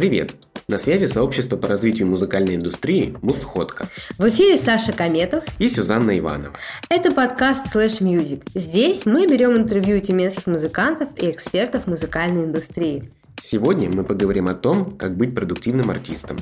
Привет! На связи сообщество по развитию музыкальной индустрии «Мусходка». В эфире Саша Кометов и Сюзанна Иванова. Это подкаст Slash Music. Здесь мы берем интервью у тюменских музыкантов и экспертов музыкальной индустрии. Сегодня мы поговорим о том, как быть продуктивным артистом.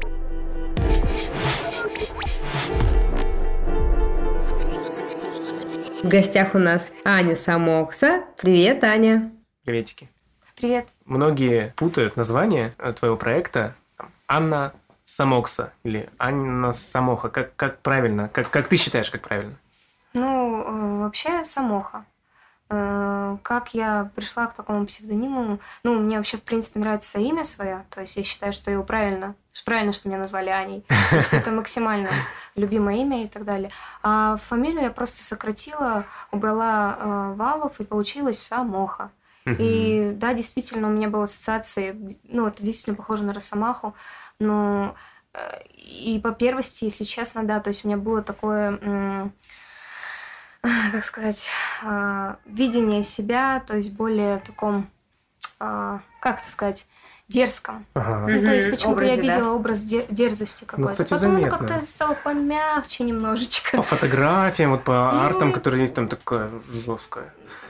В гостях у нас Аня Самокса. Привет, Аня. Приветики. Привет. Многие путают название твоего проекта Анна Самокса или Анна Самоха. Как правильно? Как ты считаешь, как правильно? Вообще Самоха. Как я пришла к такому псевдониму? Мне вообще, в принципе, нравится имя свое. То есть я считаю, что его правильно, что меня назвали Аней. То есть это максимально любимое имя и так далее. А фамилию я просто сократила, убрала Валов, и получилось Самоха. И да, действительно, у меня была ассоциация, это действительно похоже на Росомаху, но и по первости, если честно, да, то есть у меня было такое, видение себя, то есть более таком, дерзком. Ага. То есть почему-то я видела да? образ дерзости какой-то. Кстати, Потом заметно. оно как-то стало помягче немножечко. По фотографиям, по артам, которые есть там такое жесткое.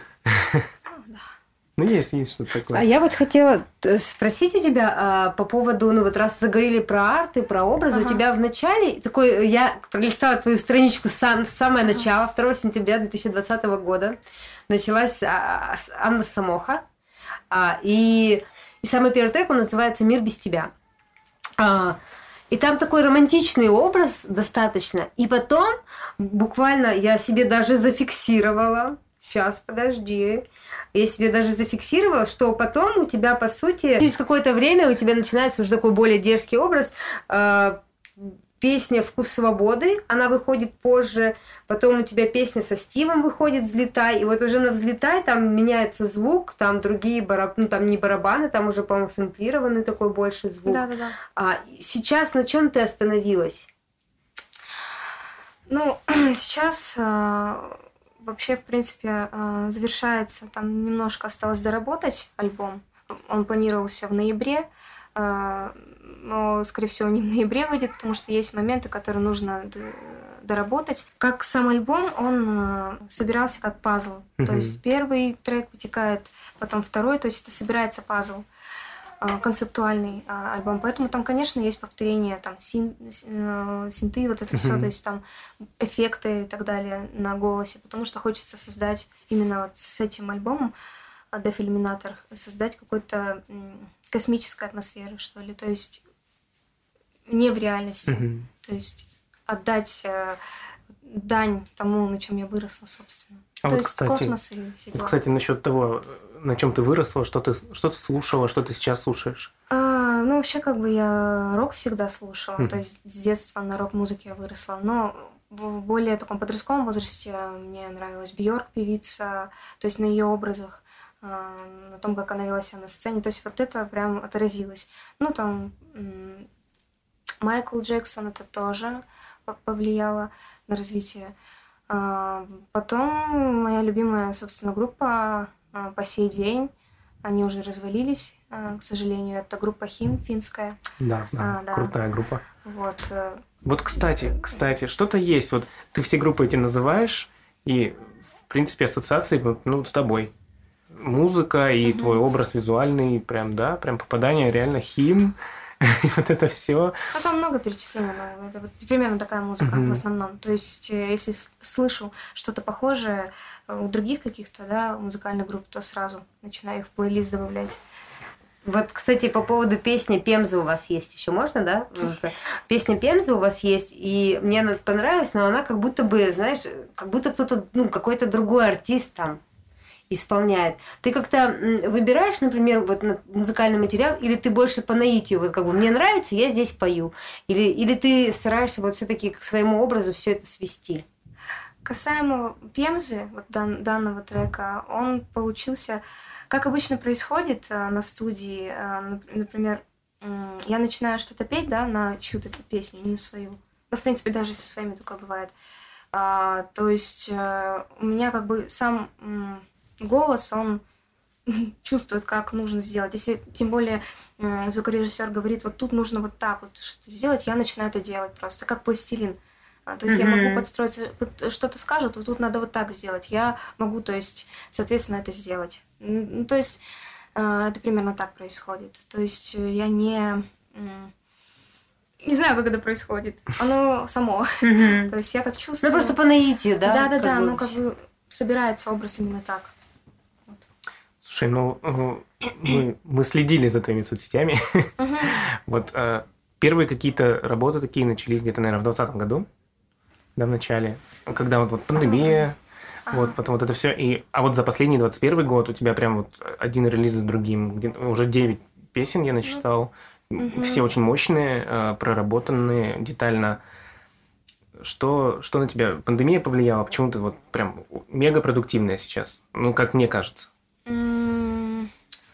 Есть что-то такое. А я хотела спросить у тебя по поводу, раз заговорили про арт и про образы, у тебя в начале, я пролистала твою страничку с самого начала, 2 сентября 2020 года, началась Анна Самоха, и самый первый трек, он называется «Мир без тебя». И там такой романтичный образ достаточно, и потом буквально я себе даже зафиксировала, сейчас, подожди. Я себе даже зафиксировала, что потом у тебя, по сути, через какое-то время у тебя начинается уже такой более дерзкий образ. Песня «Вкус свободы», она выходит позже. Потом у тебя песня со Стивом выходит «Взлетай». И уже на «Взлетай» там меняется звук, там другие там не барабаны, там уже, по-моему, сэмплированный такой больше звук. Да. Сейчас на чем ты остановилась? Сейчас... Вообще, в принципе, завершается, там немножко осталось доработать альбом. Он планировался в ноябре, но, скорее всего, не в ноябре выйдет, потому что есть моменты, которые нужно доработать. Как сам альбом, он собирался как пазл. То есть первый трек вытекает, потом второй, то есть это собирается пазл. Концептуальный альбом. Поэтому там, конечно, есть повторения, там синты, вот это все, то есть там эффекты и так далее на голосе, потому что хочется создать именно с этим альбомом Def Illuminator, создать какую-то космическую атмосферу, что ли, то есть не в реальности, то есть отдать дань тому, на чем я выросла, собственно. То есть кстати, космос и все дела. Кстати, насчет того, на чем ты выросла, что ты слушала, что ты сейчас слушаешь? Вообще, я рок всегда слушала, то есть с детства на рок-музыке я выросла, но в более таком подростковом возрасте мне нравилась Бьорк, певица, то есть на ее образах, на том, как она вела себя на сцене, то есть это прям отразилось. Майкл Джексон, это тоже повлияло на развитие. Потом моя любимая, собственно, группа по сей день, они уже развалились, к сожалению, это группа Him, финская. Да, знаю, да. Крутая группа. Кстати, что-то есть, ты все группы эти называешь, и, в принципе, ассоциации с тобой. Музыка и твой образ визуальный, прям попадание реально Him. И это все. Там много перечислений, но это примерно такая музыка в основном. То есть, если слышу что-то похожее у других каких-то, музыкальных групп, то сразу начинаю их в плейлист добавлять. Кстати, по поводу песни «Пемза» у вас есть еще, можно, да? Песня «Пемза» у вас есть, и мне она понравилась, но она как будто бы, знаешь, как будто кто-то, какой-то другой артист там исполняет. Ты как-то выбираешь, например, музыкальный материал, или ты больше по наитию, мне нравится, я здесь пою, или ты стараешься все-таки к своему образу все это свести? Касаемо Пемзы, данного трека, он получился, как обычно происходит на студии, например, я начинаю что-то петь, на чью-то песню, не на свою. В принципе, даже со своими такое бывает. То есть у меня сам голос, он чувствует, как нужно сделать. Если тем более звукорежиссер говорит, вот тут нужно вот так вот что-то сделать, я начинаю это делать просто, как пластилин. То есть я могу подстроиться, вот что-то скажут, вот тут надо вот так сделать. Я могу, то есть, соответственно, это сделать. То есть это примерно так происходит. То есть я не знаю, как это происходит. Оно само. То есть я так чувствую. Ну, просто по наитию, да? Да, ну как бы собирается образ именно так. Вот. Слушай, ну мы следили за твоими соцсетями. Вот первые какие-то работы такие начались где-то, наверное, в 2020 году. Да, в начале. Когда вот пандемия, вот потом вот это все. А вот за последний 21 год у тебя прям вот один релиз за другим. Уже 9 песен я насчитал. Все очень мощные, проработанные детально. Что на тебя пандемия повлияла? Почему ты вот прям мега продуктивная сейчас? Ну, как мне кажется. Ну,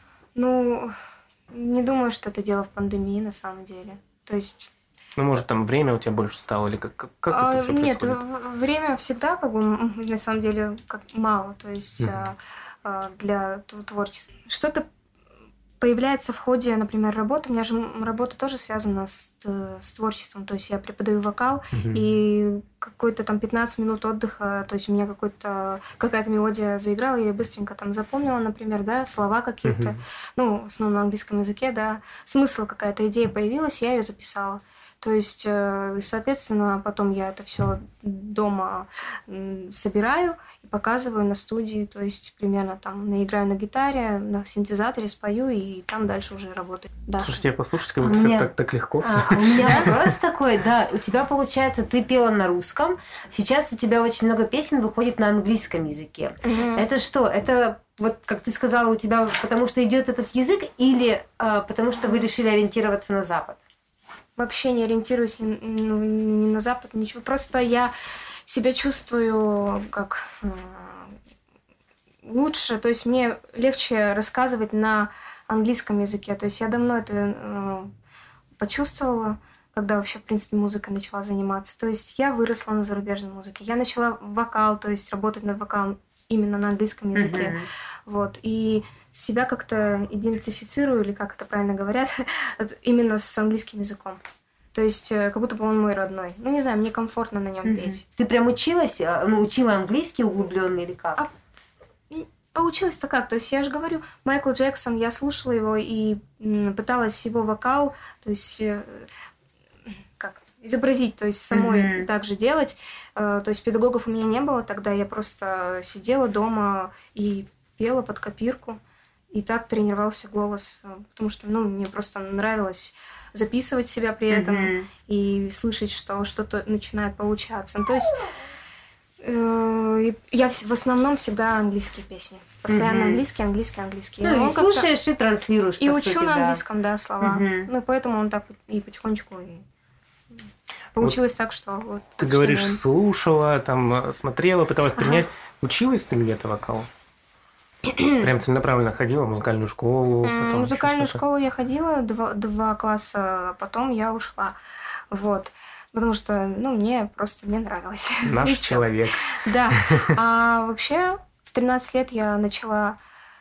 не думаю, что это дело в пандемии на самом деле. То есть... Ну, может, там время у тебя больше стало, или как это все Нет, происходит? время всегда, как бы, на самом деле, как мало, то есть для творчества. Что-то появляется в ходе, например, работы. У меня же работа тоже связана с творчеством, то есть я преподаю вокал, и какой-то там 15 минут отдыха, то есть у меня какая-то мелодия заиграла, я ее быстренько там запомнила, например, да, слова какие-то, ну, в основном на английском языке, да, смысл, какая-то идея появилась, я ее записала. То есть, соответственно, потом я это все дома собираю и показываю на студии. То есть, примерно там наиграю на гитаре, на синтезаторе, спою, и там дальше уже работаю. Да. Слушайте, послушать, как бы все так легко. У меня вопрос такой, да, у тебя, получается, ты пела на русском, сейчас у тебя очень много песен выходит на английском языке. Это что? Это вот, как ты сказала, у тебя потому что идет этот язык или потому что вы решили ориентироваться на Запад? Вообще не ориентируюсь ни на Запад, ничего. Просто я себя чувствую как лучше. То есть мне легче рассказывать на английском языке. То есть я давно это почувствовала, когда вообще, в принципе, музыкой начала заниматься. То есть я выросла на зарубежной музыке. Я начала вокал, то есть работать над вокалом именно на английском языке. Вот. И себя как-то идентифицирую, или как это правильно говорят, именно с английским языком. То есть как будто бы он мой родной. Ну, не знаю, мне комфортно на нем петь. Ты прям училась, учила английский углублённый или как? Получилось-то как? То есть я же говорю, Майкл Джексон, я слушала его и пыталась его вокал, то есть изобразить, то есть самой так же делать. То есть педагогов у меня не было тогда, я просто сидела дома и пела под копирку. И так тренировался голос, потому что, мне просто нравилось записывать себя при этом и слышать, что что-то начинает получаться. Ну, то есть я в основном всегда английские песни. Постоянно английский. Ну, и слушаешь, и транслируешь, и учу на английском, да, слова. Ну, и поэтому он так и потихонечку получилось так, что... Вот, ты говоришь, слушала, там, смотрела, пыталась принять. Училась ты где-то вокал? Прям целенаправленно ходила в музыкальную школу? В музыкальную школу я ходила 2 класса, потом я ушла. Вот. Потому что, мне просто не нравилось. Наш человек. Да. А вообще в 13 лет я начала,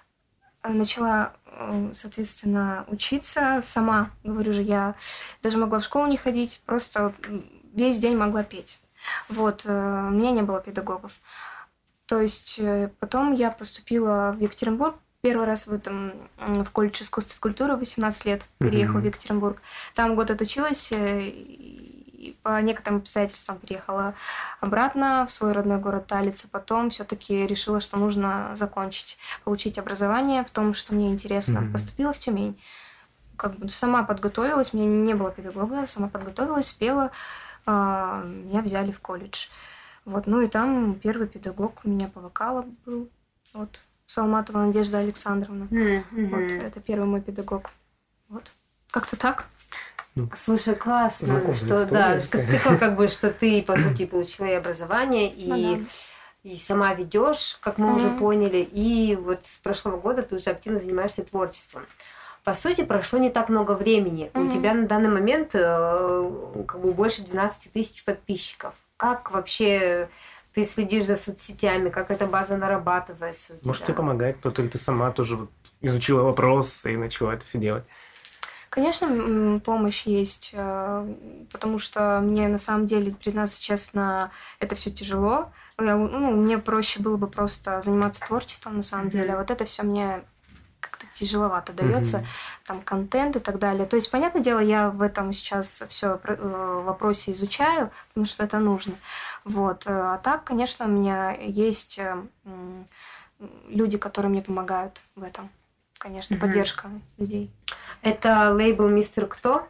соответственно, учиться сама. Говорю же, я даже могла в школу не ходить, просто весь день могла петь. Вот. У меня не было педагогов. То есть потом я поступила в Екатеринбург. Первый раз в колледж искусств и культуры в 18 лет переехала в Екатеринбург. Там год отучилась и по некоторым обстоятельствам переехала обратно в свой родной город Талицу. Потом все-таки решила, что нужно закончить, получить образование в том, что мне интересно. Поступила в Тюмень. Как бы сама подготовилась, у меня не было педагога, сама подготовилась, спела. Меня взяли в колледж. Вот, и там первый педагог у меня по вокалу был. Вот, Салматова Надежда Александровна. Вот, это первый мой педагог. Вот, как-то так. Слушай, классно, что ты, по сути, получила и образование, и сама ведешь, как мы уже поняли, и вот с прошлого года ты уже активно занимаешься творчеством. По сути, прошло не так много времени. У тебя на данный момент больше 12 тысяч подписчиков. Как вообще ты следишь за соцсетями, как эта база нарабатывается у тебя? Может, тебе помогает кто-то, или ты сама тоже вот изучила вопрос и начала это все делать? Конечно, помощь есть, потому что мне на самом деле, признаться честно, это все тяжело. Мне проще было бы просто заниматься творчеством на самом деле, а вот это все мне как-то тяжеловато дается, там контент и так далее. То есть, понятное дело, я в этом сейчас все вопросе изучаю, потому что это нужно. Вот. А так, конечно, у меня есть люди, которые мне помогают в этом. Конечно, поддержка людей. Это лейбл «Мистер Кто»?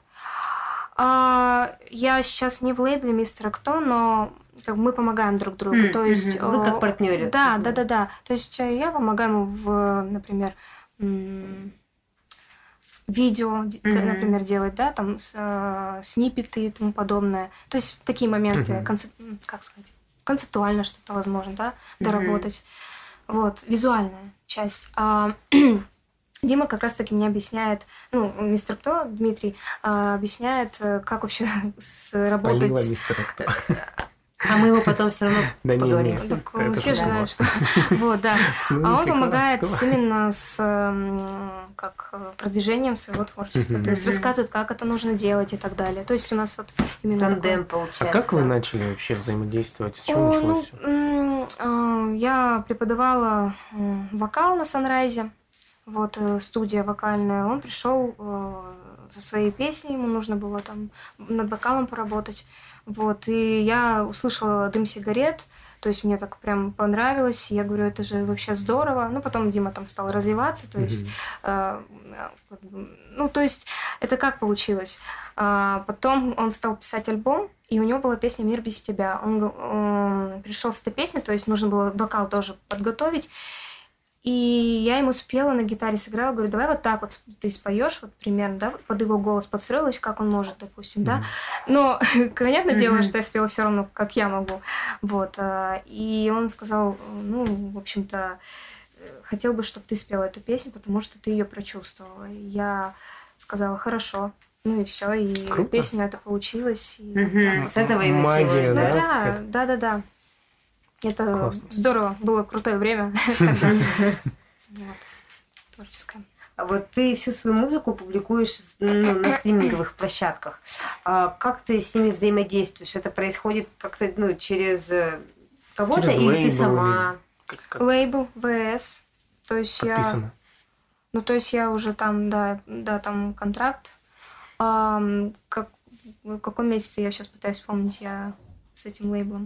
Я сейчас не в лейбле «Мистера Кто», но как бы мы помогаем друг другу. То есть, вы как партнеры. Да. То есть я помогаю ему например, видео, например, делать, да, там сниппеты и тому подобное. То есть такие моменты, концептуально что-то возможно, да, доработать. Вот, визуальная часть. Дима как раз-таки мне объясняет, мистер Кто, Дмитрий, объясняет, как вообще работать. Спалила мистера Кто. А мы его потом все равно поговорим. Так все же знают, что... Вот, да. А он помогает именно с продвижением своего творчества. То есть рассказывает, как это нужно делать и так далее. То есть у нас вот именно тандем получается. А как вы начали вообще взаимодействовать? С чего началось все? Я преподавала вокал на Санрайзе. Вот студия вокальная. Он пришел со своей песней, ему нужно было там над вокалом поработать. Вот, и я услышала дым сигарет, то есть мне так прям понравилось, я говорю, это же вообще здорово. Потом Дима там стал развиваться, то есть, то есть это как получилось. Потом он стал писать альбом, и у него была песня «Мир без тебя». Он пришел с этой песней, то есть нужно было вокал тоже подготовить. И я ему спела, на гитаре сыграла, говорю, давай вот так вот ты споешь, вот примерно, да, под его голос подстроилась, как он может, допустим, да. Но, понятное дело, что я спела все равно, как я могу. Вот. И он сказал, в общем-то, хотел бы, чтобы ты спела эту песню, потому что ты ее прочувствовала. И я сказала, хорошо. И все, и Круто. Песня это получилась. И С этого и началось, да? Да. Это классно. Здорово, было крутое время тогда. Творческое. А вот ты всю свою музыку публикуешь на стриминговых площадках. Как ты с ними взаимодействуешь? Это происходит как-то через кого-то Через или лейбл, ты сама? Лейбл ВС. То есть подписано. я уже там, да, там контракт. В каком месяце, я сейчас пытаюсь вспомнить, я с этим лейблом.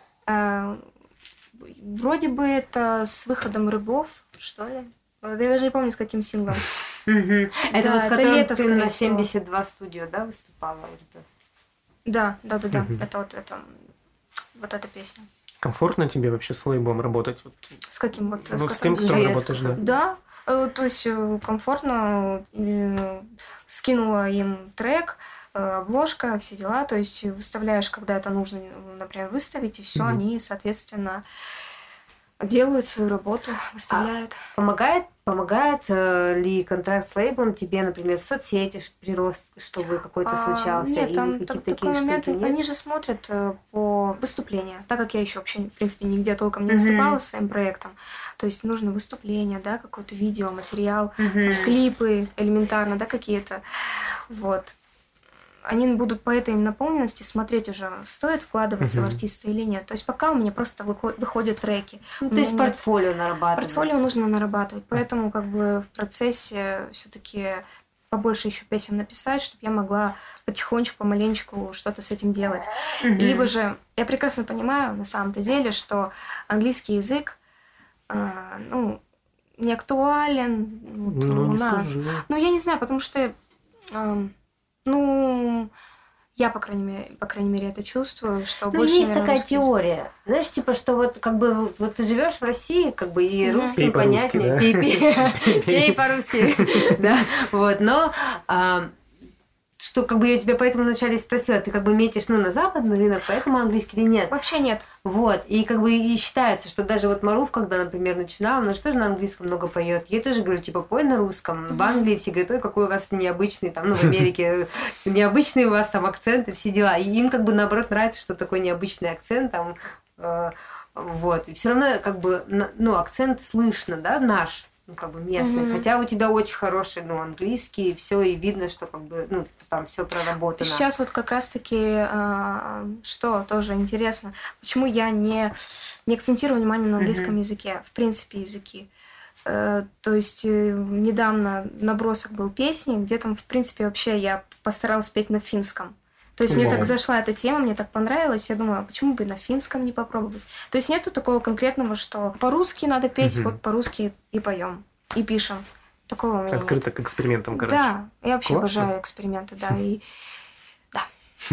Вроде бы это с выходом «Рыбов», что ли? Я даже не помню, с каким синглом. Это вот с которым лето, ты на всего. 72 студио, да, выступала? Да. Это вот эта песня. Комфортно тебе вообще с лейблом работать? С каким вот? С тем, кто работаешь, да. Да, то есть комфортно, скинула им трек, обложка, все дела, то есть выставляешь, когда это нужно, например, выставить, и все, они, соответственно, делают свою работу, выставляют. Помогает ли контракт с лейблом тебе, например, в соцсети прирост, чтобы какой-то случался? Нет, или там какие-то такой такие момент, штуки, нет? они же смотрят по выступлениям, так как я еще вообще, в принципе, нигде толком не выступала с своим проектом. То есть нужно выступление, да, какое-то видео, материал, там, клипы элементарно, да, какие-то. Вот. Они будут по этой наполненности смотреть уже, стоит вкладываться в артиста или нет. То есть пока у меня просто выходят треки. То есть портфолио нарабатывать. Портфолио нужно нарабатывать, поэтому как бы в процессе все-таки побольше еще песен написать, чтобы я могла потихонечку, помаленечку что-то с этим делать. Либо же я прекрасно понимаю на самом-то деле, что английский язык, не актуален у нас. Я не знаю, потому что я, по крайней мере, это чувствую, что больше, есть наверное, такая теория. Знаешь, типа, что вот как бы вот ты живешь в России, как бы и русским понятнее. Пей по-русски. Да, вот, но что как бы я тебя поэтому вначале спросила, ты как бы метишь, на западный рынок, поэтому английский или нет? Вообще нет. Вот, и как бы и считается, что даже вот Маруф, когда, например, начинала, она же тоже на английском много поет. Я тоже говорю, типа, пой на русском. В Англии все говорят, ой, какой у вас необычный, там, в Америке необычный у вас там акцент и все дела. И им как бы наоборот нравится, что такой необычный акцент, там, Вот. И все равно как бы, ну, акцент слышно, да, наш, ну, как бы местный. Хотя у тебя очень хороший, ну, английский, и все, и видно, что как бы, ну, там все проработано. Сейчас вот как раз-таки, что тоже интересно, почему я не акцентирую внимание на английском языке, в принципе, языки. То есть недавно набросок был песни, где там, в принципе, вообще я постаралась петь на финском. То есть мне так зашла эта тема, мне так понравилось, я думаю, а почему бы на финском не попробовать? То есть нету такого конкретного, что по-русски надо петь, вот по-русски и поем, и пишем. Такого у меня Открыто нет. к экспериментам, короче. Да, я вообще Классно. обожаю эксперименты, да, и да.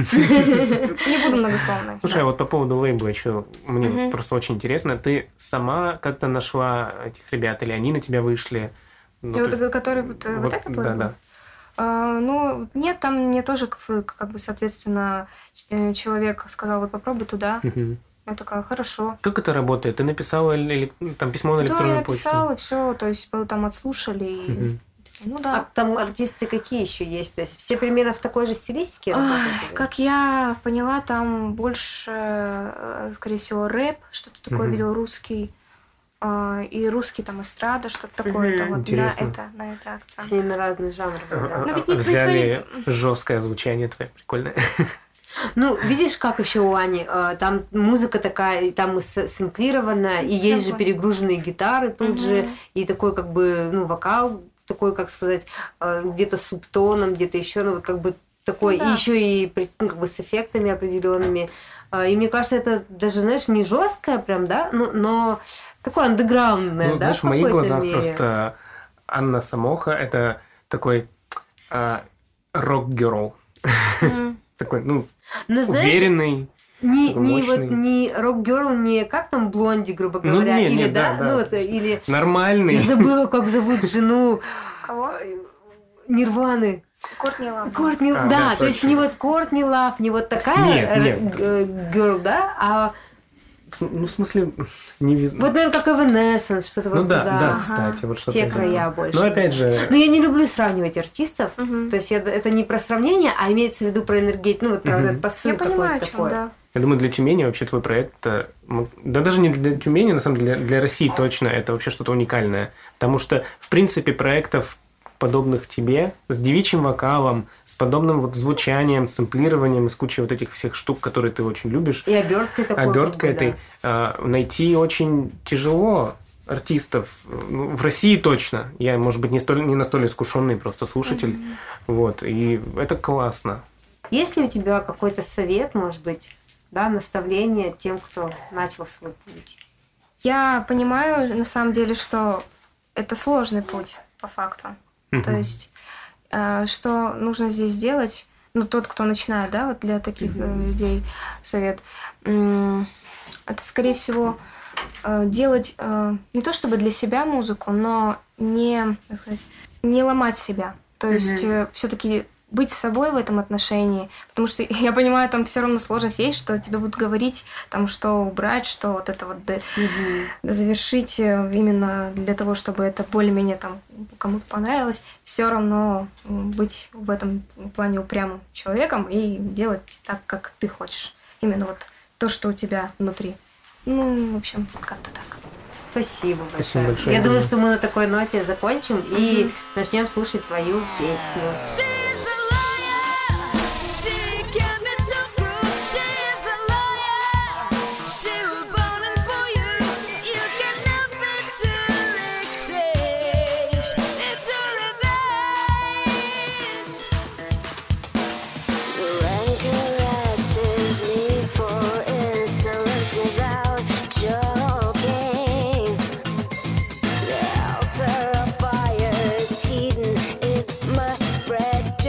Не буду многословной. Слушай, а вот по поводу лейбла еще мне просто очень интересно. Ты сама как-то нашла этих ребят, или они на тебя вышли? Который вот этот лейбл? Да. Ну, нет, там мне тоже, как бы, соответственно, человек сказал, вот попробуй туда. Я такая, хорошо. Как это работает? Ты написала там письмо на электронную почту? Да, я написала, и все, то есть там отслушали, и такие, ну да. А там артисты какие еще есть? То есть все примерно в такой же стилистике работают? Как я поняла, там больше, скорее всего, рэп, что-то такое видел, русский. И русский там эстрада, что-то такое. Это вот на это акцент. И на разные жанры. Но ведь взяли жесткое звучание твое, прикольное. Ну, видишь, как еще у Ани, там музыка такая, и там сэмплирована, и есть же перегруженные гитары тут же, и такой как бы, ну, вокал, такой, как сказать, где-то с субтоном, где-то еще, ну, вот как бы такой, и еще и ну, как бы с эффектами определенными. И мне кажется, это даже, знаешь, не жесткое прям, да, но такое андеграундное, ну, да, знаешь, в моих глазах мере. просто Анна Самоха – это такой рок-герл. Такой, ну, знаешь, уверенный. Не рок-герл, не как там Блонди, грубо говоря, ну, нет, или нет, да, да, ну вот, или нормальный. Я забыла, как зовут жену Кого? Нирваны. Кортни Лав. Да, то есть не вот Кортни Лав, не вот такая герл, да, а ну, в смысле, не везу. вот, наверное, как Evanescence, что-то вот туда. Да, кстати, вот что-то. В те края больше. Но опять же... Но я не люблю сравнивать артистов. То есть это не про сравнение, а имеется в виду про энергетику, ну вот про этот посыл какой-то такой. Да. Я думаю, для Тюмени вообще твой проект, да даже не для Тюмени, на самом деле, для России точно, это вообще что-то уникальное. Потому что, в принципе, проектов, подобных тебе, с девичьим вокалом, с подобным вот звучанием, сэмплированием, с кучей вот этих всех штук, которые ты очень любишь. И оберткой такой. Оберткой этой. Найти очень тяжело артистов. Ну, в России точно. Я, может быть, не настолько искушенный просто слушатель. Вот. И это классно. Есть ли у тебя какой-то совет, может быть, да, наставление тем, кто начал свой путь? Я понимаю, на самом деле, что это сложный путь, по факту. То есть, что нужно здесь сделать, ну, тот, кто начинает, да, вот для таких людей совет, это, скорее всего, делать не то чтобы для себя музыку, но не, так сказать, не ломать себя. То есть, все-таки быть собой в этом отношении, потому что я понимаю, там все равно сложность есть, что тебе будут говорить, там, что убрать, что вот это вот завершить именно для того, чтобы это более-менее там кому-то понравилось, все равно быть в этом плане упрямым человеком и делать так, как ты хочешь. Именно вот то, что у тебя внутри. Ну, в общем, как-то так. Спасибо большое. Спасибо большое. Я думаю, что мы на такой ноте закончим и начнем слушать твою песню. Heating in my bread.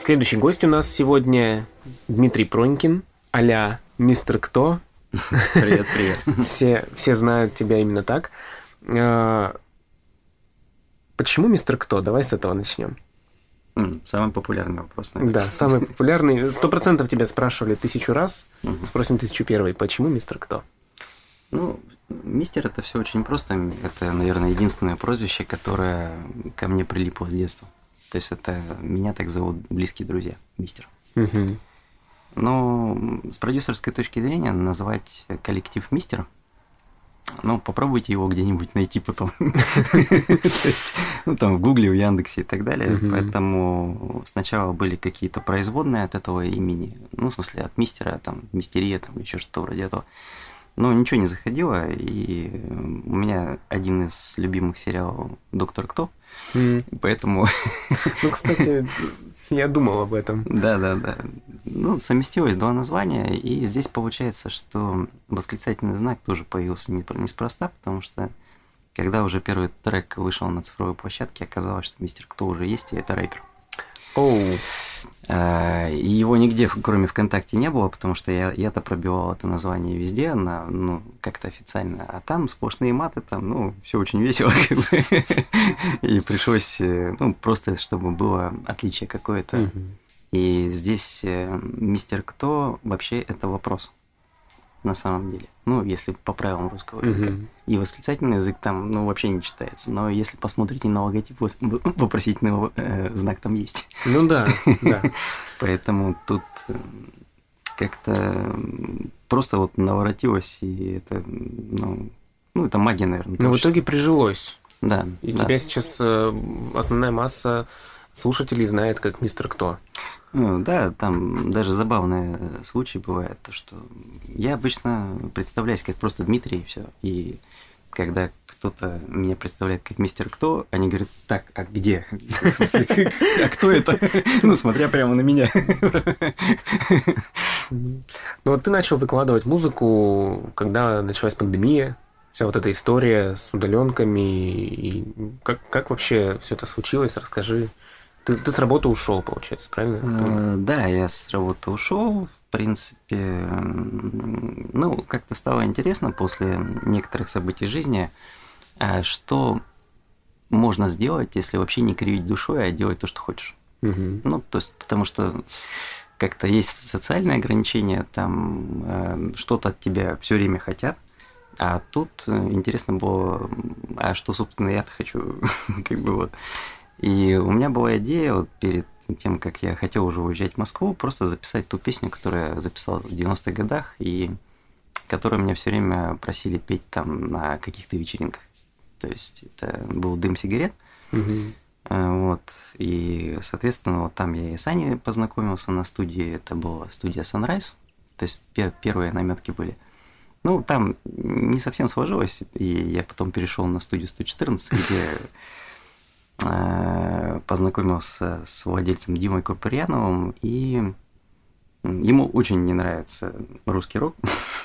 Следующий гость у нас сегодня Дмитрий Пронькин, а-ля Мистер Кто. Привет, привет. Все знают тебя именно так. Почему Мистер Кто? Давай с этого начнем. Самый популярный вопрос, наверное. Да, самый популярный. 100% тебя спрашивали 1000 раз. Спросим 1001. Почему Мистер Кто? Ну, мистер — это все очень просто. Это, наверное, единственное прозвище, которое ко мне прилипло с детства. То есть это меня так зовут близкие друзья. Мистер. Угу. Но с продюсерской точки зрения называть коллектив «Мистер», ну, попробуйте его где-нибудь найти потом. То есть, ну, там в Гугле, в Яндексе и так далее. Поэтому сначала были какие-то производные от этого имени. Ну, в смысле, от мистера, там, мистерия, там, еще что-то вроде этого. Но ничего не заходило. И у меня один из любимых сериалов «Доктор Кто». Поэтому... Ну, кстати, я думал об этом. Да. Ну, совместилось два названия, и здесь получается, что восклицательный знак тоже появился неспроста, потому что когда уже первый трек вышел на цифровой площадке, оказалось, что Мистер Кто уже есть, и это рэпер. Оу. И его нигде, кроме ВКонтакте, не было, потому что я-то пробивал это название везде, ну, как-то официально, а там сплошные маты, там, ну, все очень весело, как бы. И пришлось, ну, просто чтобы было отличие какое-то. И здесь Мистер Кто вообще это вопрос на самом деле. Ну, если по правилам русского языка. И восклицательный язык там, ну, вообще не читается. Но если посмотрите на логотип, вопросительный знак там есть. Ну да. Поэтому тут как-то просто вот наворотилось, и это, ну, это магия, наверное. Но в итоге прижилось. Да. И тебя сейчас основная масса слушателей знает как Мистер Кто. Ну, да, там даже забавный случай бывает, то что я обычно представляюсь как просто Дмитрий, и все. И когда кто-то меня представляет как Мистер Кто, они говорят: так, а где? В смысле, а кто это? Ну, смотря прямо на меня. Ну, вот ты начал выкладывать музыку, когда началась пандемия, вся вот эта история с удаленками. И как вообще все это случилось? Расскажи. Ты с работы ушел, получается, правильно? Да, я с работы ушел. В принципе, ну, как-то стало интересно после некоторых событий жизни, что можно сделать, если вообще не кривить душой, а делать то, что хочешь. Ну, то есть, потому что как-то есть социальные ограничения, там что-то от тебя все время хотят, а тут интересно было, а что, собственно, я-то хочу, как бы вот. И у меня была идея вот перед тем, как я хотел уже уезжать в Москву, просто записать ту песню, которую я записал в 90-х годах, и которую меня все время просили петь там на каких-то вечеринках. То есть это был «Дым сигарет». Вот. И, соответственно, вот там я и с Аней познакомился на студии. Это была студия Sunrise. То есть первые наметки были. Ну, там не совсем сложилось, и я потом перешел на студию 114, где познакомился с владельцем Димой Курпырьяновым, и ему очень не нравится русский рок.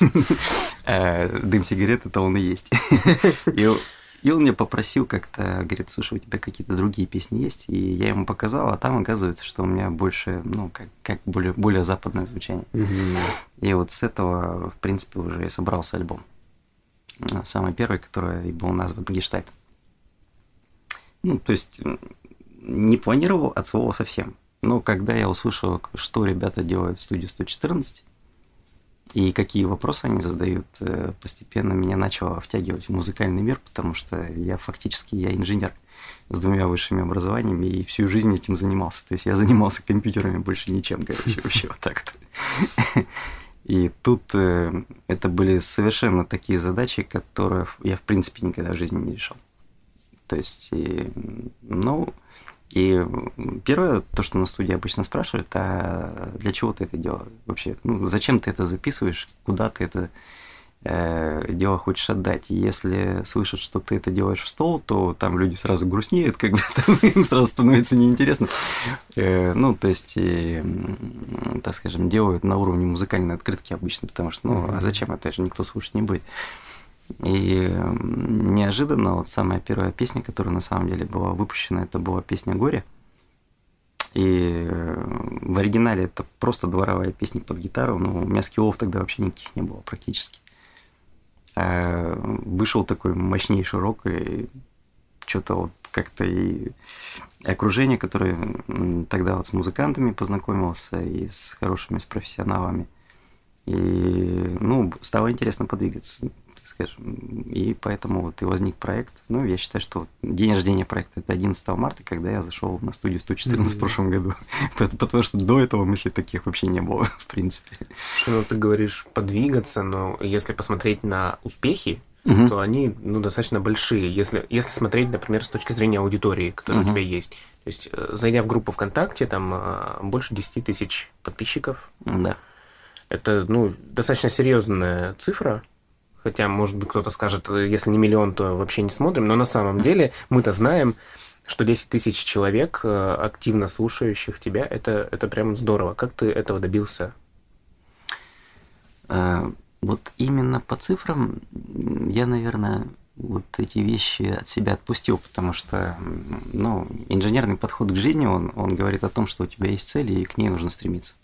«Дым сигарет» — это он и есть. И он меня попросил как-то, говорит: слушай, у тебя какие-то другие песни есть? И я ему показал, а там оказывается, что у меня больше, ну, как более западное звучание. И вот с этого, в принципе, уже и собрался альбом. Самый первый, который был назван «Гештальт». Ну, то есть не планировал от слова совсем. Но когда я услышал, что ребята делают в студии 114, и какие вопросы они задают, постепенно меня начало втягивать в музыкальный мир, потому что я инженер с 2 высшими образованиями и всю жизнь этим занимался. То есть я занимался компьютерами больше ничем, короче, вообще вот так-то. И тут это были совершенно такие задачи, которые я, в принципе, никогда в жизни не решал. То есть, и первое, то, что на студии обычно спрашивают: а для чего ты это делаешь вообще? Ну, зачем ты это записываешь? Куда ты это дело хочешь отдать? И если слышат, что ты это делаешь в стол, то там люди сразу грустнеют, как бы там им сразу становится неинтересно. Ну, то есть, так скажем, делают на уровне музыкальной открытки обычно, потому что, а зачем? Это же никто слушать не будет. И неожиданно вот самая первая песня, которая на самом деле была выпущена, это была песня «Горе». И в оригинале это просто дворовая песня под гитару, но у меня скиллов тогда вообще никаких не было практически. А вышел такой мощнейший рок, и что-то вот как-то и окружение, которое тогда вот с музыкантами познакомился, и с хорошими, с профессионалами. И, ну, стало интересно подвигаться, так скажем. И поэтому вот и возник проект. Ну, я считаю, что день рождения проекта – это 11 марта, когда я зашел на студию 114 в прошлом году. Потому что до этого мыслей таких вообще не было, в принципе. Ну, ты говоришь подвигаться, но если посмотреть на успехи, то они, ну, достаточно большие. Если смотреть, например, с точки зрения аудитории, которая у тебя есть. То есть, зайдя в группу ВКонтакте, там больше 10 тысяч подписчиков. Да. Это, ну, достаточно серьезная цифра. Хотя, может быть, кто-то скажет, если не миллион, то вообще не смотрим. Но на самом деле мы-то знаем, что 10 тысяч человек, активно слушающих тебя, это прям здорово. Как ты этого добился? Вот именно по цифрам я, наверное, вот эти вещи от себя отпустил, потому что, ну, инженерный подход к жизни, он говорит о том, что у тебя есть цель, и к ней нужно стремиться.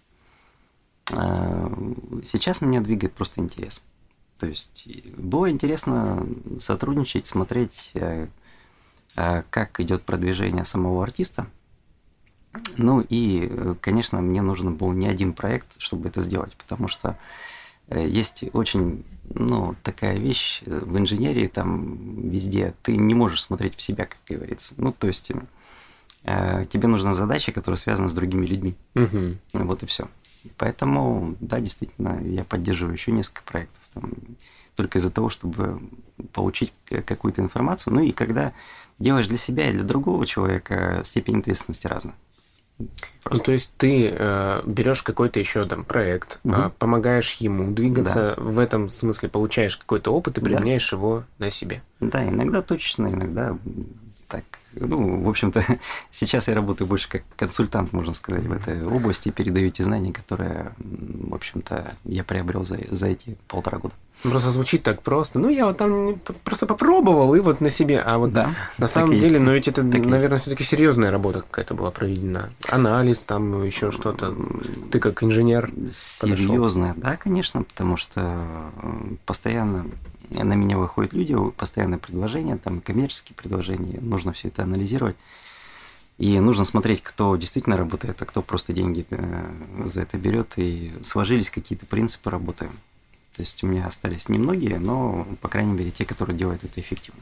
Сейчас меня двигает просто интерес. То есть было интересно сотрудничать, смотреть, как идет продвижение самого артиста. Ну и, конечно, мне нужен был не один проект, чтобы это сделать, потому что есть очень, ну, такая вещь в инженерии, там везде, ты не можешь смотреть в себя, как говорится. Ну, то есть тебе нужна задача, которая связана с другими людьми. Вот и все. Поэтому, да, действительно, я поддерживаю еще несколько проектов, там, только из-за того, чтобы получить какую-то информацию. Ну и когда делаешь для себя и для другого человека, степень ответственности разная. Ну, то есть ты берешь какой-то еще там проект, помогаешь ему двигаться, в этом смысле получаешь какой-то опыт и применяешь его на себе. Да, иногда точечно, иногда так. Ну, в общем-то, сейчас я работаю больше как консультант, можно сказать, в этой области, передаю те знания, которые, в общем-то, я приобрел за эти 1,5 года. Просто звучит так просто. Ну, я вот там просто попробовал, и вот на себе. А вот да, на самом деле, но ведь это, наверное, все-таки серьезная работа какая-то была проведена. Анализ, там еще что-то. Ты как инженер серьезная, да, конечно, потому что постоянно на меня выходят люди, постоянные предложения, там коммерческие предложения, нужно все это анализировать. И нужно смотреть, кто действительно работает, а кто просто деньги за это берет. И сложились какие-то принципы работы. То есть у меня остались немногие, но, по крайней мере, те, которые делают это эффективно.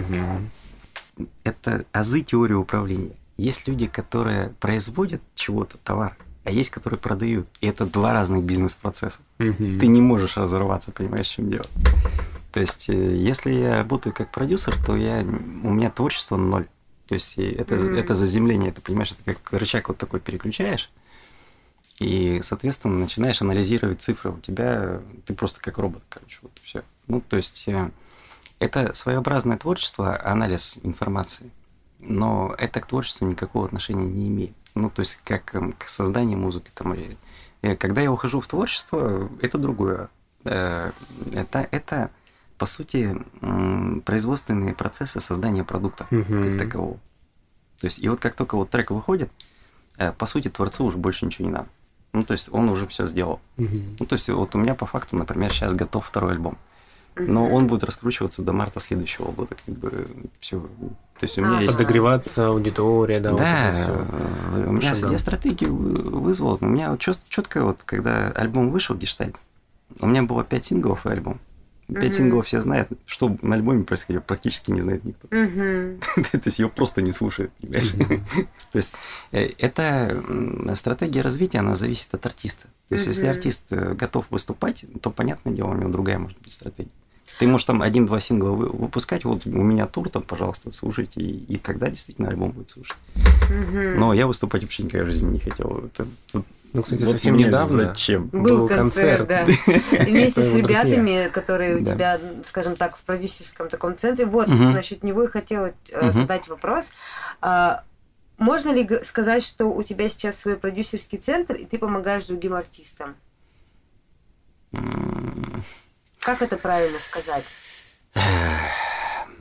Это азы теории управления. Есть люди, которые производят чего-то, товар, а есть, которые продают. И это 2 разных бизнес-процесса. Ты не можешь разорваться, понимаешь, в чем дело. То есть, если я работаю как продюсер, то у меня творчество 0. То есть, это заземление, ты понимаешь, это как рычаг вот такой переключаешь, и, соответственно, начинаешь анализировать цифры. У тебя ты просто как робот, короче, вот все. Ну, то есть, это своеобразное творчество, анализ информации, но это к творчеству никакого отношения не имеет. Ну, то есть, как к созданию музыки. Там, когда я ухожу в творчество, это другое. Это по сути, производственные процессы создания продукта как такового. То есть, и вот как только вот трек выходит, по сути, творцу уже больше ничего не надо. Ну, то есть, он уже все сделал. Ну, то есть, вот у меня по факту, например, сейчас готов 2-й альбом. Но он будет раскручиваться до марта следующего года, как бы все. То есть у меня есть подогреваться аудитория, да. Да, вот у меня я стратегию вызвал. У меня четко вот, когда альбом вышел, Гештальт, у меня было 5 синглов и альбом. 5 синглов все знают, что на альбоме происходило, практически не знает никто. То есть его просто не слушают, понимаешь? То есть эта стратегия развития, она зависит от артиста. То есть если артист готов выступать, то, понятное дело, у него другая может быть стратегия. Ты можешь там 1-2 сингла выпускать, вот у меня тур, там, пожалуйста, слушайте, и тогда действительно альбом будет слушать. Но я выступать вообще никогда в жизни не хотел. Ну, кстати, вот совсем недавно зачем? Был концерт, да. Вместе с ребятами, которые у тебя, скажем так, в продюсерском таком центре. Вот, насчет него и хотела задать вопрос. Можно ли сказать, что у тебя сейчас свой продюсерский центр, и ты помогаешь другим артистам? Как это правильно сказать?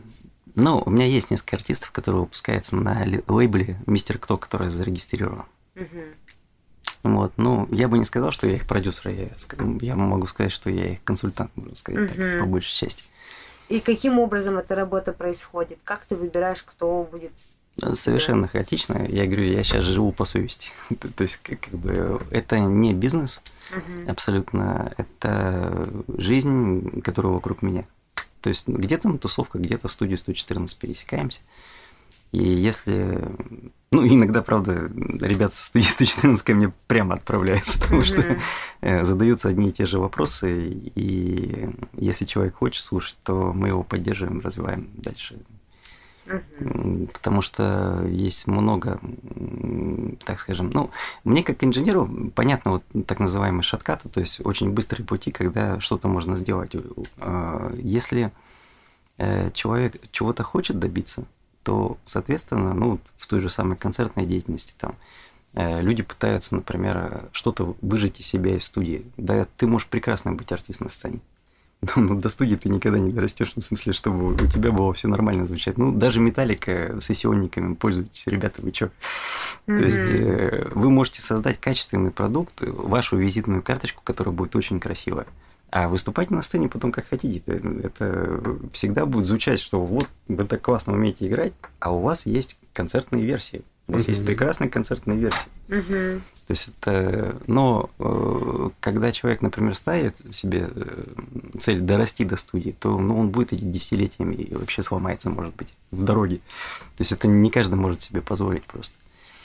Ну, у меня есть несколько артистов, которые выпускаются на лейбле «Мистер Кто», который зарегистрирован. Вот, ну, я бы не сказал, что я их продюсер, я могу сказать, что я их консультант, можно сказать, так, по большей части. И каким образом эта работа происходит? Как ты выбираешь, кто будет? Совершенно хаотично. Я говорю, я сейчас живу по совести. То есть, как бы, это не бизнес, абсолютно. Это жизнь, которая вокруг меня. То есть, где-то на тусовках, где-то в студии 114 пересекаемся. И если... Ну, иногда, правда, ребята со студии 114 ко мне прямо отправляют, потому что задаются одни и те же вопросы, и если человек хочет слушать, то мы его поддерживаем, развиваем дальше. Потому что есть много, так скажем, ну, мне как инженеру понятно вот так называемые шорткаты, то есть очень быстрые пути, когда что-то можно сделать. Если человек чего-то хочет добиться, то, соответственно, ну, в той же самой концертной деятельности там люди пытаются, например, что-то выжать из себя из студии. Да, ты можешь прекрасно быть артистом на сцене. Но до студии ты никогда не дорастешь, в смысле, чтобы у тебя было все нормально звучать. Ну, даже Металлика с сессионниками пользуйтесь, ребята, вы чё? То есть вы можете создать качественный продукт, вашу визитную карточку, которая будет очень красивая. А выступайте на сцене потом как хотите. Это всегда будет звучать, что вот вы так классно умеете играть, а у вас есть концертные версии. У вас есть прекрасные концертные версии. То есть это... Но когда человек, например, ставит себе цель дорасти до студии, то он будет идти десятилетиями и вообще сломается, может быть, в дороге. То есть это не каждый может себе позволить просто.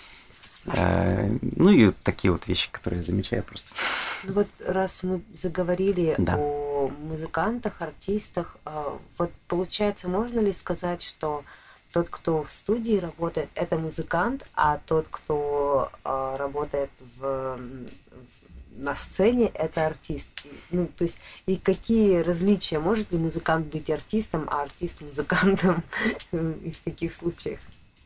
Ну и такие вот вещи, которые я замечаю просто. Вот раз мы заговорили о музыкантах, артистах, вот получается, можно ли сказать, что тот, кто в студии работает, это музыкант, а тот, кто работает на сцене, это артист? Ну, то есть, и какие различия? Может ли музыкант быть артистом, а артист музыкантом? И в каких случаях?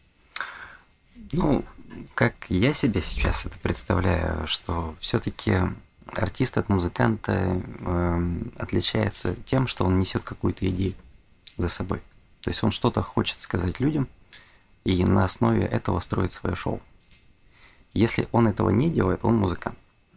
Ну, как я себе сейчас это представляю, что все-таки артист от музыканта отличается тем, что он несет какую-то идею за собой. То есть он что-то хочет сказать людям, и на основе этого строит свое шоу. Если он этого не делает, он музыкант.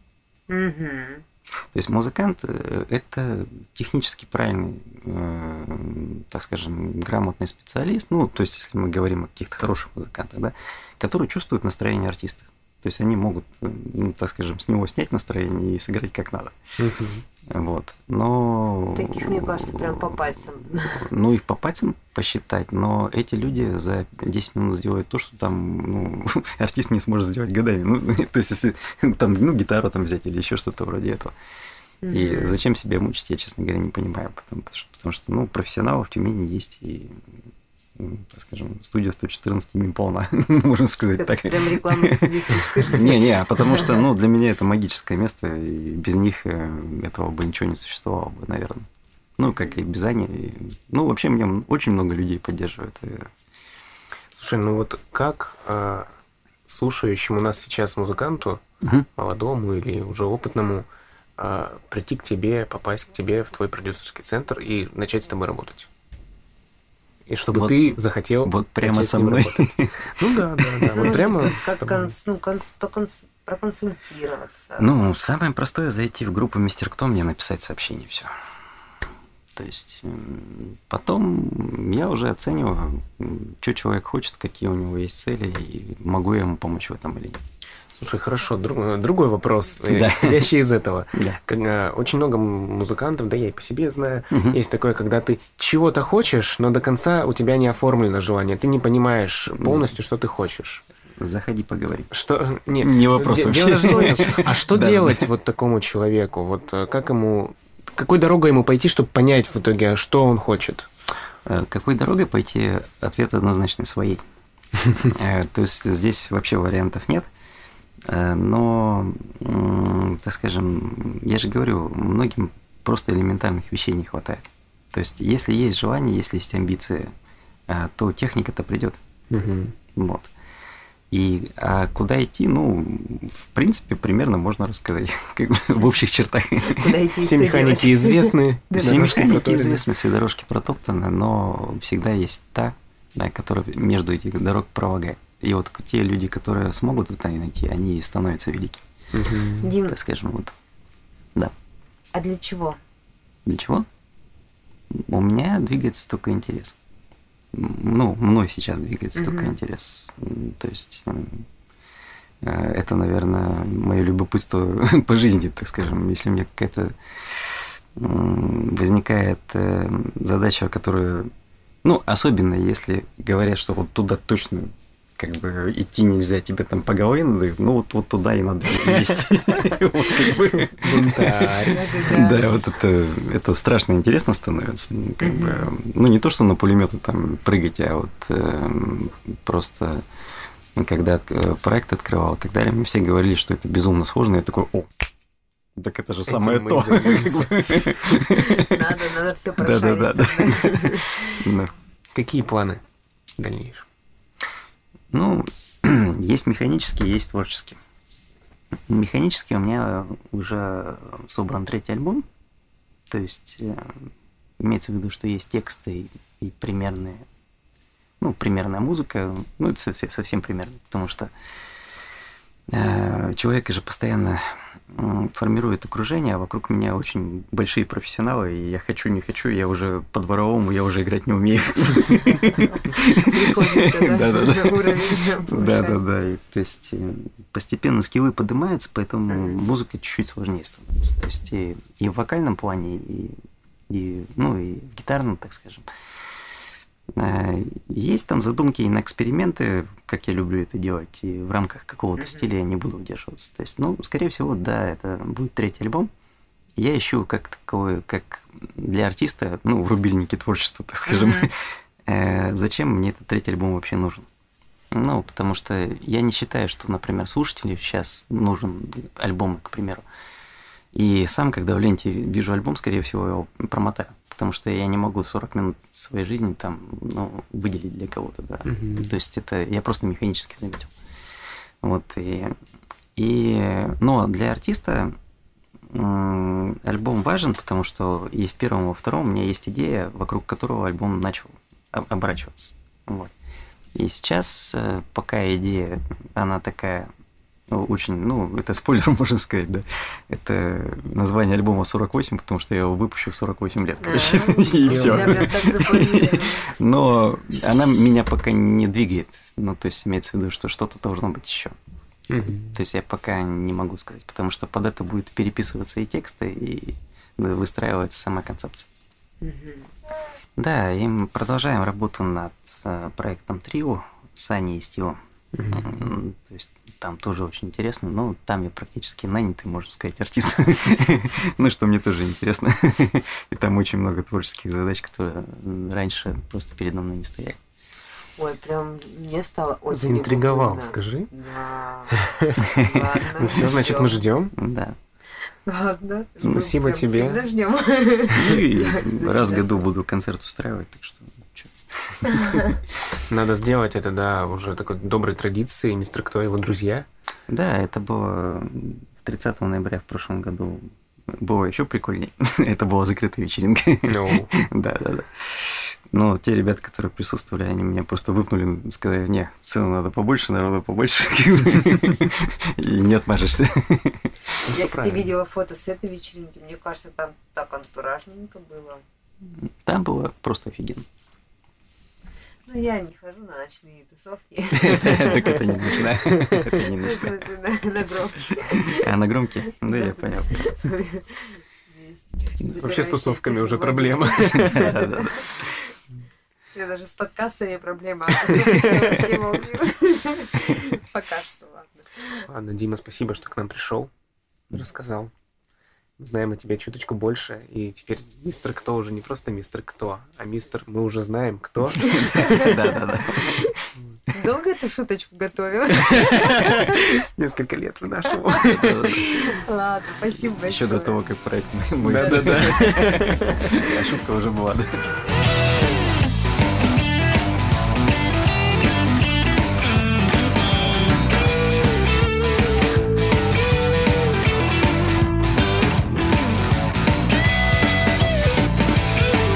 То есть музыкант – это технически правильный, так скажем, грамотный специалист, ну, то есть если мы говорим о каких-то хороших музыкантах, да, которые чувствуют настроение артиста. То есть они могут, ну, так скажем, с него снять настроение и сыграть как надо. Вот. Но... Таких, мне кажется, прям по пальцам. Ну, их по пальцам посчитать, но эти люди за 10 минут сделают то, что там, ну, артист не сможет сделать годами. Ну, то есть, если там, ну, гитару там взять или еще что-то вроде этого. И зачем себя мучить, я, честно говоря, не понимаю. Потому что, ну, профессионалов в Тюмени есть, и, так скажем, студия 114 не полна, можно сказать так. Прям реклама студии 114. Не, потому что, ну, для меня это магическое место, и без них этого бы ничего не существовало бы, наверное. Ну, как и без Ани. Ну, вообще, меня очень много людей поддерживает. Слушай, ну вот как слушающему нас сейчас музыканту, молодому или уже опытному, прийти к тебе, попасть к тебе в твой продюсерский центр и начать с тобой работать? И чтобы вот, ты захотел вот прямо со мной работать. Ну да. Вот прямо проконсультироваться. Ну, самое простое — зайти в группу «Мистер Кто», мне написать сообщение, все. То есть потом я уже оцениваю, что человек хочет, какие у него есть цели, и могу я ему помочь в этом или нет. Слушай, хорошо, другой вопрос, исходящий из этого. Очень много музыкантов, да я и по себе знаю, есть такое, когда ты чего-то хочешь, но до конца у тебя не оформлено желание, ты не понимаешь полностью, что ты хочешь. Заходи, поговорим. Что? Не вопрос вообще. А что делать вот такому человеку? Вот как ему... Какой дорогой ему пойти, чтобы понять в итоге, что он хочет? Какой дорогой пойти? Ответ однозначно своей. То есть здесь вообще вариантов нет. Но, так скажем, я же говорю, многим просто элементарных вещей не хватает. То есть если есть желание, если есть амбиции, то техника-то придет. Вот. А куда идти, ну, в принципе, примерно можно рассказать в общих чертах. Куда идти, все механики известны. Все механики известны, все дорожки протоптаны, но всегда есть та, которая между этих дорог пролагает. И вот те люди, которые смогут это найти, они становятся великими. Дим, Так скажем, вот. Да. а для чего? Для чего? У меня двигается только интерес. Ну, мной сейчас двигается только интерес. То есть это, наверное, мое любопытство по жизни, так скажем. Если у меня какая-то возникает задача, которую... Ну, особенно если говорят, что вот туда точно как бы идти нельзя, тебе там по голове надо, ну вот туда и надо лезть. Бунтарь. Да, вот это страшно интересно становится. Ну, не то, что на пулеметы там прыгать, а вот просто когда проект открывал и так далее, мы все говорили, что это безумно сложно. Я такой, так это же самое то. Надо все прошарить. Да. Какие планы в дальнейшем? Ну, есть механические, есть творческие. Механически у меня уже собран 3-й альбом. То есть имеется в виду, что есть тексты и примерная музыка. Ну, это совсем примерно, потому что человек же постоянно формирует окружение, а вокруг меня очень большие профессионалы, и я хочу, не хочу, я уже по-дворовому, я уже играть не умею. Да. То есть постепенно скиллы поднимаются, поэтому музыка чуть-чуть сложнее становится. То есть и в вокальном плане, и в гитарном, так скажем. Есть там задумки и на эксперименты, как я люблю это делать, и в рамках какого-то стиля я не буду удерживаться. То есть, скорее всего, да, это будет 3-й альбом. Я ищу как для артиста, в рубильнике творчества, так скажем, зачем мне этот 3-й альбом вообще нужен. Потому что я не считаю, что, например, слушателю сейчас нужен альбом, к примеру. И сам, когда в ленте вижу альбом, скорее всего, его промотаю. Потому что я не могу 40 минут своей жизни там, выделить для кого-то, да. То есть это я просто механически заметил. Вот, но для артиста альбом важен, потому что и в первом, и во втором у меня есть идея, вокруг которого альбом начал оборачиваться. Вот. И сейчас, пока идея, она такая... очень, это спойлер, можно сказать, да. Это название альбома 48, потому что я его выпущу в 48 лет, короче, и все. Но она меня пока не двигает. То есть имеется в виду, что что-то должно быть еще. То есть я пока не могу сказать, потому что под это будет переписываться и тексты, и выстраивается сама концепция. Да, и мы продолжаем работу над проектом Трио с Аней и Стивом. То есть там тоже очень интересно, но там я практически нанятый, можно сказать, артист. Что мне тоже интересно. И там очень много творческих задач, которые раньше просто передо мной не стояли. Ой, прям мне стало очень заинтриговал, любопытно. скажи. Да. Ну все, значит, мы ждем. Да. Ладно. Спасибо тебе. Всегда ждем. И раз в году буду концерт устраивать, так что... Надо сделать это, да, уже такой доброй традицией, мистер Кто и его друзья. Да, это было 30 ноября в прошлом году. Было еще прикольнее. Это была закрытая вечеринка. Да. Но те ребята, которые присутствовали, они меня просто выпнули, сказали, не, цену надо побольше, народу побольше, и не отмажешься. Я, кстати, видела фото с этой вечеринки, мне кажется, там так антуражненько было. Там было просто офигенно. Я не хожу на ночные тусовки. Так это не ночная. Это не ночная. На громке. А на громке? Да, я понял. Вообще с тусовками уже проблема. Я даже с подкастами проблема. Я вообще молчу. Пока что, ладно. Ладно, Дима, спасибо, что к нам пришел, рассказал. Мы знаем о тебе чуточку больше, и теперь мистер Кто уже не просто мистер Кто, а мистер мы уже знаем кто. Да. Долго эту шуточку готовил? Несколько лет вынашивал. Ладно, спасибо большое. Еще до того, как проект мой. Да. Шутка уже была, да.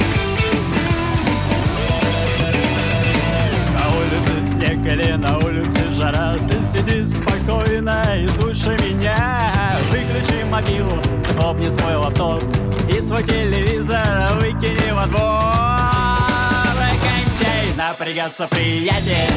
На улице телевизора, ты сиди спокойно и слушай меня. Выключи мобилу, захлопни свой лаптоп и свой телевизор выкини во двор. Кончай напрягаться, приятель.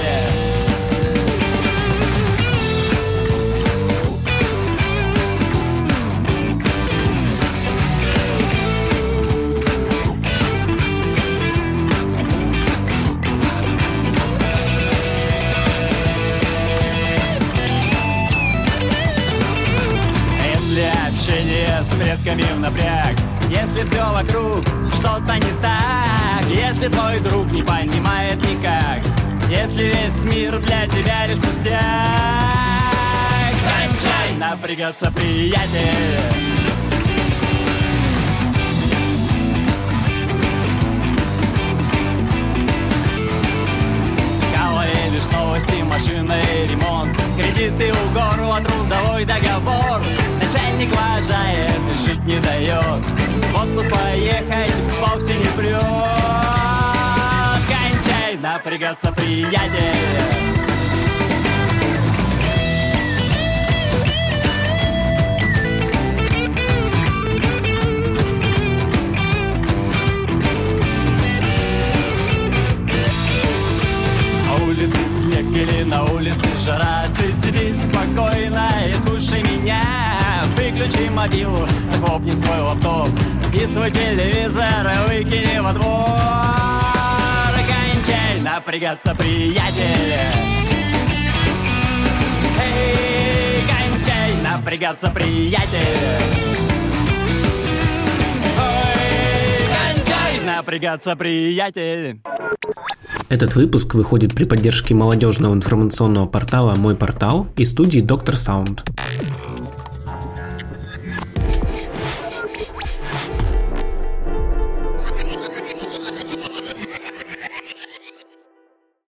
С предками в напряг, если все вокруг что-то не так, если твой друг не понимает никак, если весь мир для тебя лишь пустяк, кончай напрягаться, приятель. Новости, машина и ремонт, кредиты у гору, а трудовой договор. Начальник уважает и жить не дает, в отпуск поехать вовсе не прет. Кончай напрягаться, приятель. Или на улице жара, ты сиди спокойно и слушай меня. Выключи мобилу, захлопни свой лаптоп и свой телевизор выкини во двор. Кончай напрягаться, приятель. Эй, кончай напрягаться, приятель. Ой, кончай напрягаться, приятель. Этот выпуск выходит при поддержке молодежного информационного портала «Мой портал» и студии «Доктор Саунд».